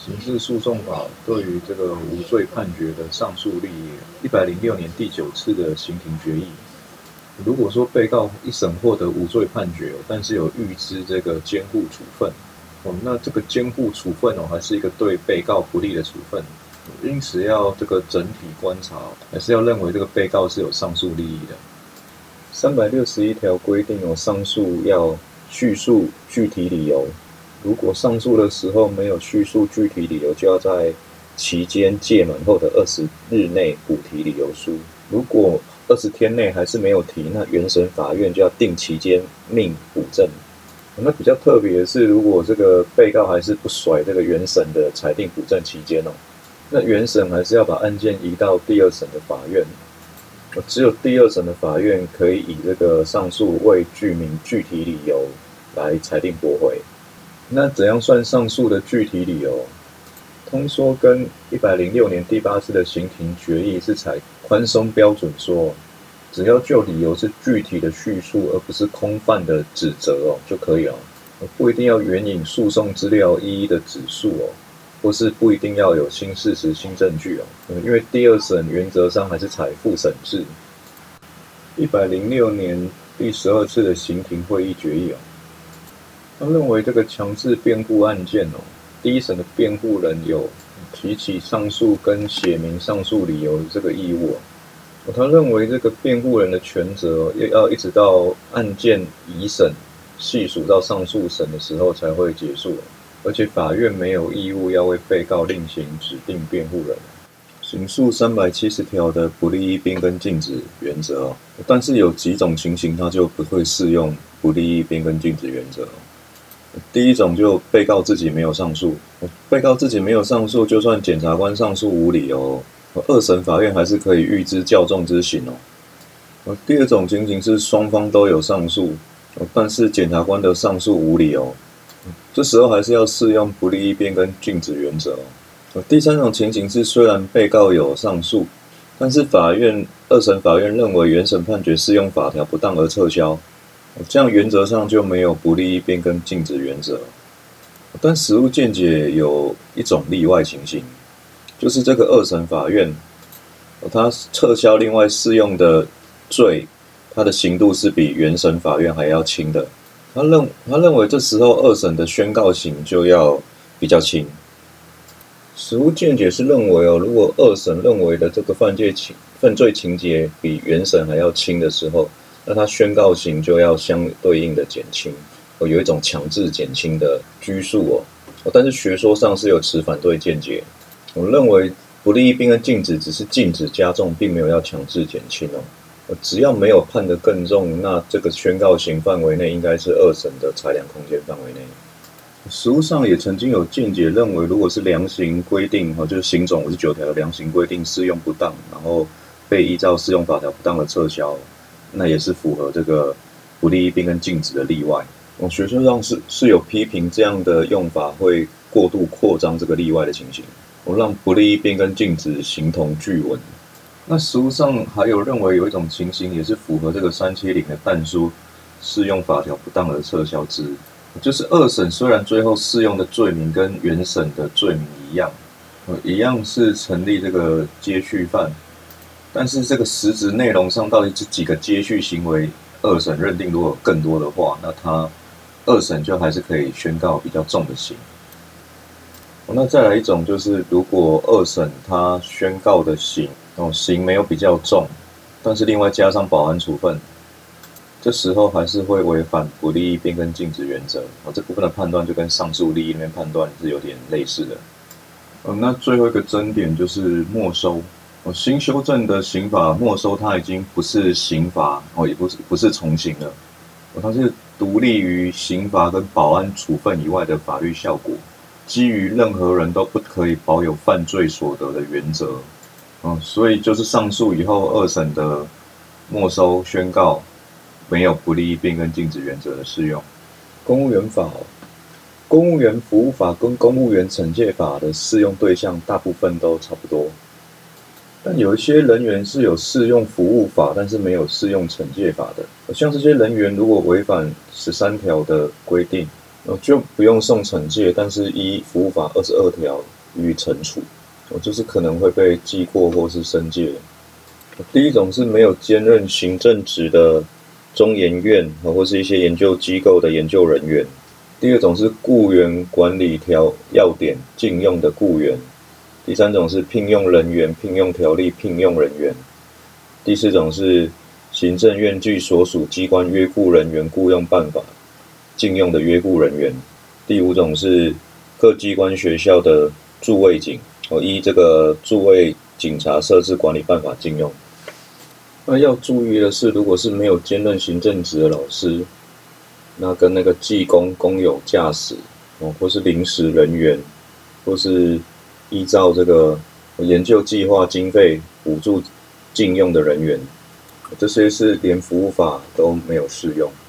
刑事诉讼法对于这个无罪判决的上诉立106年第9次的刑庭决议，如果说被告一审获得无罪判决，但是有预知这个监护处分，那这个监护处分还是一个对被告不利的处分，因此要这个整体观察，还是要认为这个被告是有上诉利益的。361条规定上诉要叙述具体理由，如果上诉的时候没有叙述具体理由，就要在期间届满后的20日内补提理由书。如果20天内还是没有提，那原审法院就要定期间命补正。那比较特别的是，如果这个被告还是不甩这个原审的裁定补正期间那原审还是要把案件移到第二审的法院。只有第二审的法院可以以这个上诉未具名具体理由来裁定驳回。那怎样算上诉的具体理由？通说跟106年第8次的刑庭决议是采宽松标准说，只要就理由是具体的叙述，而不是空泛的指责就可以了，不一定要援引诉讼资料一一的指述或是不一定要有新事实、新证据因为第二审原则上还是采复审制。106年第12次的刑庭会议决议他认为这个强制辩护案件第一审的辩护人有提起上诉跟写明上诉理由的这个义务他认为这个辩护人的权责要一直到案件移审细数到上诉审的时候才会结束而且法院没有义务要为被告另行指定辩护人。刑诉370条的不利益变更禁止原则但是有几种情形它就不会适用不利益变更禁止原则第一种就被告自己没有上诉，被告自己没有上诉，就算检察官上诉无理由二审法院还是可以预知较重之刑第二种情形是双方都有上诉但是检察官的上诉无理由这时候还是要适用不利益变更禁止原则第三种情形是虽然被告有上诉，但是二审法院认为原审判决适用法条不当而撤销，这样原则上就没有不利益变更禁止原则。但实务见解有一种例外情形，就是这个二审法院它撤销另外适用的罪，它的刑度是比原审法院还要轻的。他认为这时候二审的宣告刑就要比较轻。实务见解是认为如果二审认为的这个犯罪情节比原审还要轻的时候，那他宣告刑就要相对应的减轻，有一种强制减轻的拘束但是学说上是有持反对见解。我认为不利益变更禁止只是禁止加重，并没有要强制减轻只要没有判得更重，那这个宣告刑范围内应该是二审的裁量空间范围内。实务上也曾经有见解认为，如果是量刑规定就是刑总59条的量刑规定适用不当，然后被依照适用法条不当的撤销，那也是符合这个不利益变更禁止的例外。学说上是有批评这样的用法会过度扩张这个例外的情形，让不利益变更禁止形同具文。那实务上还有认为有一种情形也是符合这个370的但书适用法条不当而撤销之，就是二审虽然最后适用的罪名跟原审的罪名一样是成立这个接续犯，但是这个实质内容上到底这几个接续行为，二审认定如果有更多的话，那他二审就还是可以宣告比较重的刑。那再来一种就是如果二审他宣告的刑没有比较重，但是另外加上保安处分，这时候还是会违反不利益变更禁止原则这部分的判断就跟上诉利益那边判断是有点类似的。那最后一个争点就是没收新修正的刑法没收它已经不是刑罚也不是从刑了它是独立于刑罚跟保安处分以外的法律效果，基于任何人都不可以保有犯罪所得的原则所以就是上诉以后二审的没收宣告没有不利益变更禁止原则的适用。公务员法公务员服务法跟公务员惩戒法的适用对象大部分都差不多，但有一些人员是有适用服务法，但是没有适用惩戒法的。像这些人员如果违反13条的规定， 就不用送惩戒，但是依服务法22条予以惩处，就是可能会被记过或是申诫。第一种是没有兼任行政职的中研院或是一些研究机构的研究人员。第二种是雇员管理要点禁用的雇员。第三种是聘用人员、聘用条例、聘用人员。第四种是行政院据所属机关约雇人员雇用办法禁用的约雇人员。第五种是各机关学校的驻卫警，依这个驻卫警察设置管理办法禁用。那要注意的是，如果是没有兼任行政职的老师，那跟那个技工、工友、驾驶，或是临时人员，或是依照这个研究计划经费补助禁用的人员，这些是连服务法都没有适用。